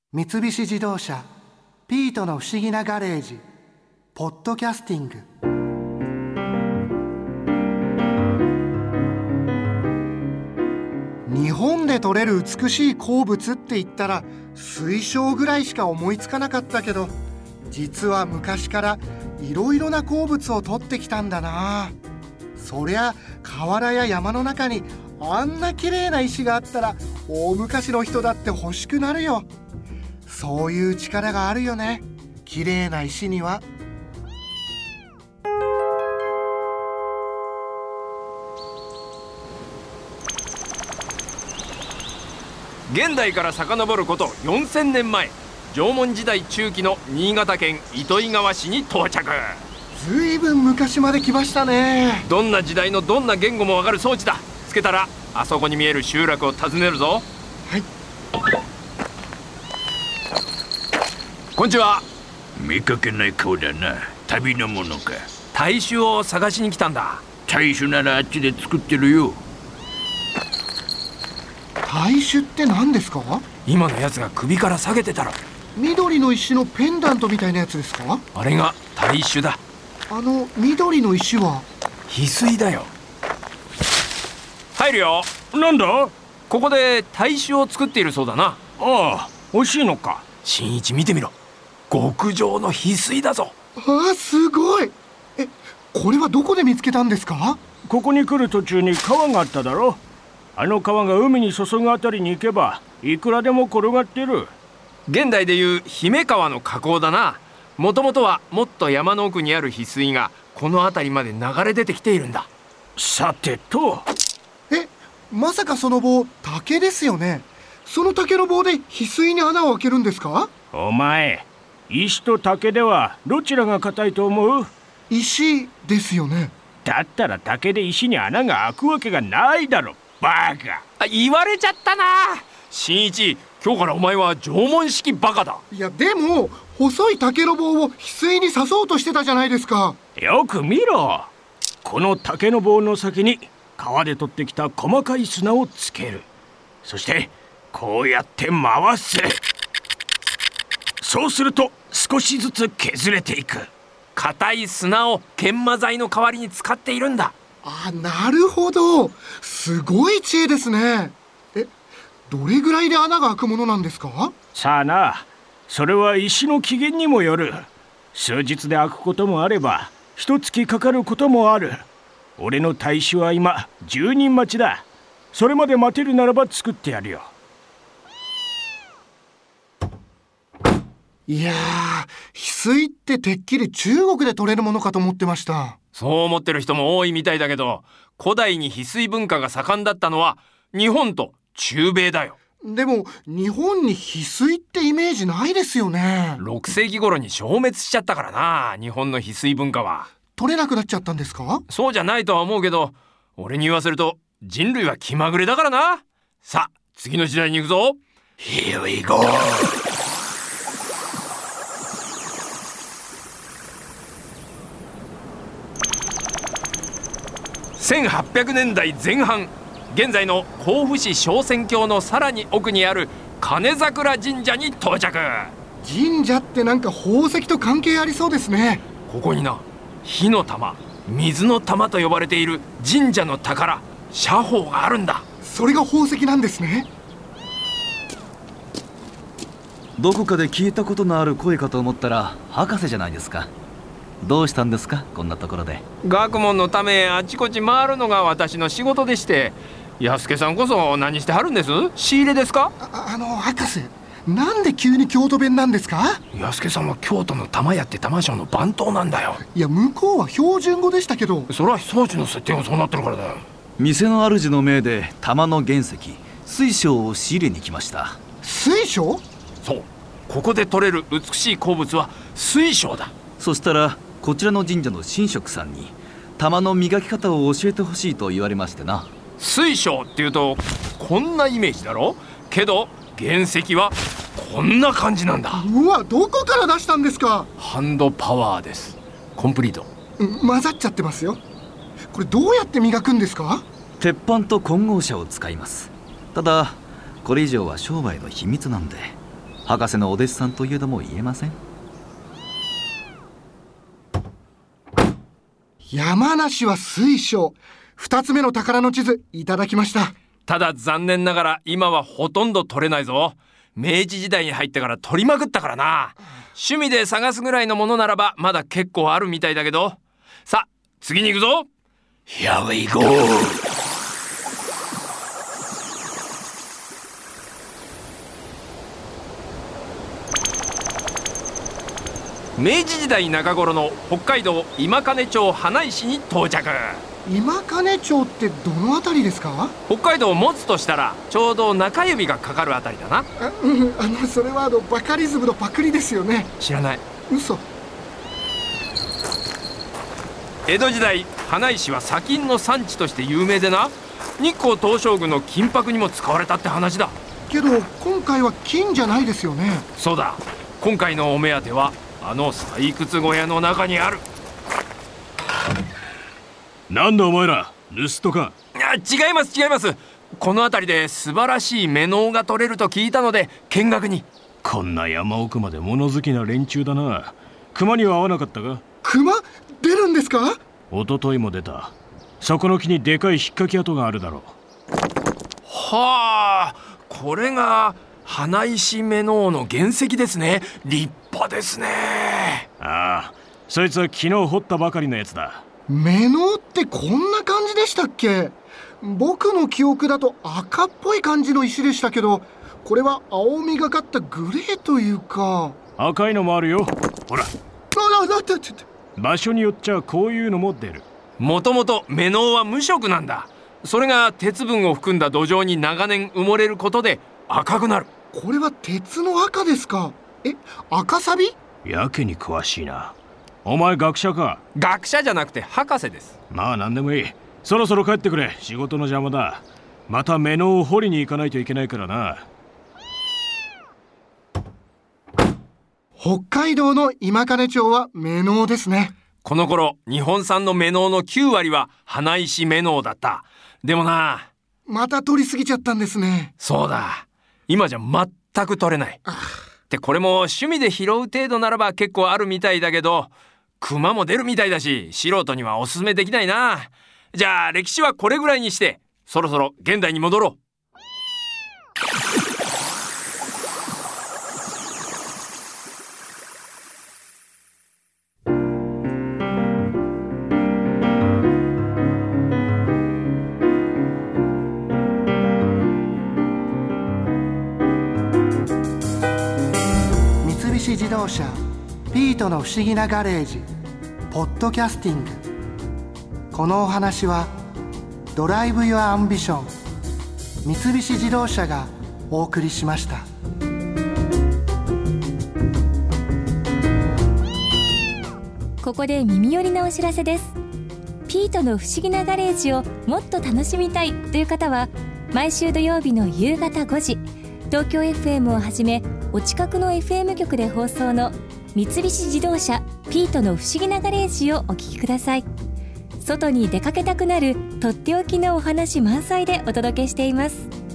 三菱自動車ピートの不思議なガレージポッドキャスティング。日本で採れる美しい鉱物って言ったら水晶ぐらいしか思いつかなかったけど、実は昔からいろいろな鉱物を採ってきたんだな。そりゃ河原や山の中にあんな綺麗な石があったら大昔の人だって欲しくなるよ。そういう力があるよね、綺麗な石には。 現代から遡ること4000年前、縄文時代中期の新潟県糸魚川市に到着。 ずいぶん昔まで来ましたね。 どんな時代のどんな言語もわかる装置だ。つけたらあそこに見える集落を訪ねるぞ。 はい。 こんにちは。 見かけない顔だな。旅のものか。 大衆を探しに来たんだ。 大衆ならあっちで作ってるよ。 大衆って何ですか？ 今のやつが首から下げてたろ。 緑の石のペンダントみたいなやつですか？ あれが大衆だ。 あの緑の石は翡翠だよ。入るよ。 なんだ？ ここで大衆を作っているそうだな。 ああ、欲しいのか。 新一見てみろ。極上の翡翠だぞ。 ああ、すごい。これはどこで見つけたんですか？ ここに来る途中に川があっただろ。あの川が海に注ぐあたりに行けばいくらでも転がってる。 現代でいう姫川の河口だな。もともとはもっと山の奥にある翡翠がこの辺りまで流れ出てきているんだ。 さてと。 まさかその棒竹ですよね。その竹の棒で翡翠に穴を開けるんですか？ お前、石と竹ではどちらが硬いと思う？ 石ですよね。 だったら竹で石に穴が開くわけがないだろ、バカ。 言われちゃったな。新一、今日からお前は縄文式バカだ。 いやでも細い竹の棒を翡翠に刺そうとしてたじゃないですか。 よく見ろ。この竹の棒の先に川で取ってきた細かい砂をつける。そしてこうやって回す。そうすると少しずつ削れていく。 硬い砂を研磨剤の代わりに使っているんだ。 あ、なるほど。すごい知恵ですね。どれぐらいで穴が開くものなんですか？ さあな、それは石の起源にもよる。数日で開くこともあれば一月かかることもある。俺の大衆は今10人待ちだ。それまで待てるならば作ってやるよ。 いやー、翡翠っててっきり中国で取れるものかと思ってました。 そう思ってる人も多いみたいだけど、古代に翡翠文化が盛んだったのは日本と中米だよ。 でも日本に翡翠ってイメージないですよね。 6世紀頃に消滅しちゃったからな、日本の翡翠文化は。 取れなくなっちゃったんですか？ そうじゃないとは思うけど、俺に言わせると人類は気まぐれだからな。さあ次の時代に行くぞ。 Here we go。 1800年代前半、現在の甲府市昇仙峡のさらに奥にある金桜神社に到着。 神社ってなんか宝石と関係ありそうですね。 ここにな、火の玉、水の玉と呼ばれている神社の宝、社宝があるんだ。 それが宝石なんですね。 どこかで聞いたことのある声かと思ったら博士じゃないですか。どうしたんですか、こんなところで。 学問のためあちこち回るのが私の仕事でして。安家さんこそ何してはるんです？仕入れですか？ 博士、なんで急に京都弁なんですか？ 安家さんは京都の玉屋って玉商の番頭なんだよ。 いや向こうは標準語でしたけど。 それは装置の設定がそうなってるからだよ。 店の主の命で玉の原石水晶を仕入れに来ました。 水晶？ そう、ここで採れる美しい鉱物は水晶だ。 そしたらこちらの神社の神職さんに玉の磨き方を教えてほしいと言われましてな。 水晶っていうとこんなイメージだろ。けど原石はこんな感じなんだ。 うわ、どこから出したんですか？ ハンドパワーです。コンプリート。 混ざっちゃってますよ。これどうやって磨くんですか？ 鉄板と混合車を使います。ただこれ以上は商売の秘密なんで。 博士のお弟子さんといえども言えません。 山梨は水晶。2つ目の宝の地図いただきました。 ただ残念ながら今はほとんど取れないぞ。明治時代に入ってから取りまくったからな。趣味で探すぐらいのものならばまだ結構あるみたいだけど。さあ次に行くぞ。 Here we go。 明治時代中頃の北海道今金町花石に到着。 今金町ってどのあたりですか？ 北海道を持つとしたらちょうど中指がかかるあたりだな。 それはバカリズムのパクリですよね。 知らない。 嘘。 江戸時代花石は砂金の産地として有名でな、日光東照宮の金箔にも使われたって話だ。 けど今回は金じゃないですよね。 そうだ、今回のお目当てはあの採掘小屋の中にある。 なんだお前ら、盗人か？ 違います。この辺りで素晴らしいメノウが取れると聞いたので見学に。 こんな山奥まで物好きな連中だな。熊には会わなかったか？ 熊出るんですか？ 一昨日も出た。そこの木にでかい引っかき跡があるだろう。 はあ、これが花石メノウの原石ですね。立派ですね。 ああ、そいつは昨日掘ったばかりのやつだ。 メノウってこんな感じでしたっけ？僕の記憶だと赤っぽい感じの石でしたけど、これは青みがかったグレーというか。 赤いのもあるよ。ほら。 ちょ場所によっちゃこういうのも出る。 もともとメノウは無色なんだ。それが鉄分を含んだ土壌に長年埋もれることで赤くなる。 これは鉄の赤ですか？赤サビ？ やけに詳しいな。お前学者か？ 学者じゃなくて博士です。 まあ何でもいい。そろそろ帰ってくれ。仕事の邪魔だ。またメノウを掘りに行かないといけないからな。 北海道の今金町はメノウですね。 この頃日本産のメノウの9割は花石メノウだった。でもな、 また取りすぎちゃったんですね。 そうだ、今じゃ全く取れない。ってこれも趣味で拾う程度ならば結構あるみたいだけど、熊も出るみたいだし素人にはおすすめできないな。じゃあ歴史はこれぐらいにしてそろそろ現代に戻ろう。 三菱自動車ピートの不思議なガレージポッドキャスティング。このお話はドライブ・ユア・アンビション三菱自動車がお送りしました。 ここで耳寄りなお知らせです。ピートの不思議なガレージをもっと楽しみたいという方は、毎週土曜日の夕方5時東京 FM をはじめお近くの FM 局で放送の三菱自動車ピートの不思議なガレージをお聞きください。外に出かけたくなるとっておきのお話満載でお届けしています。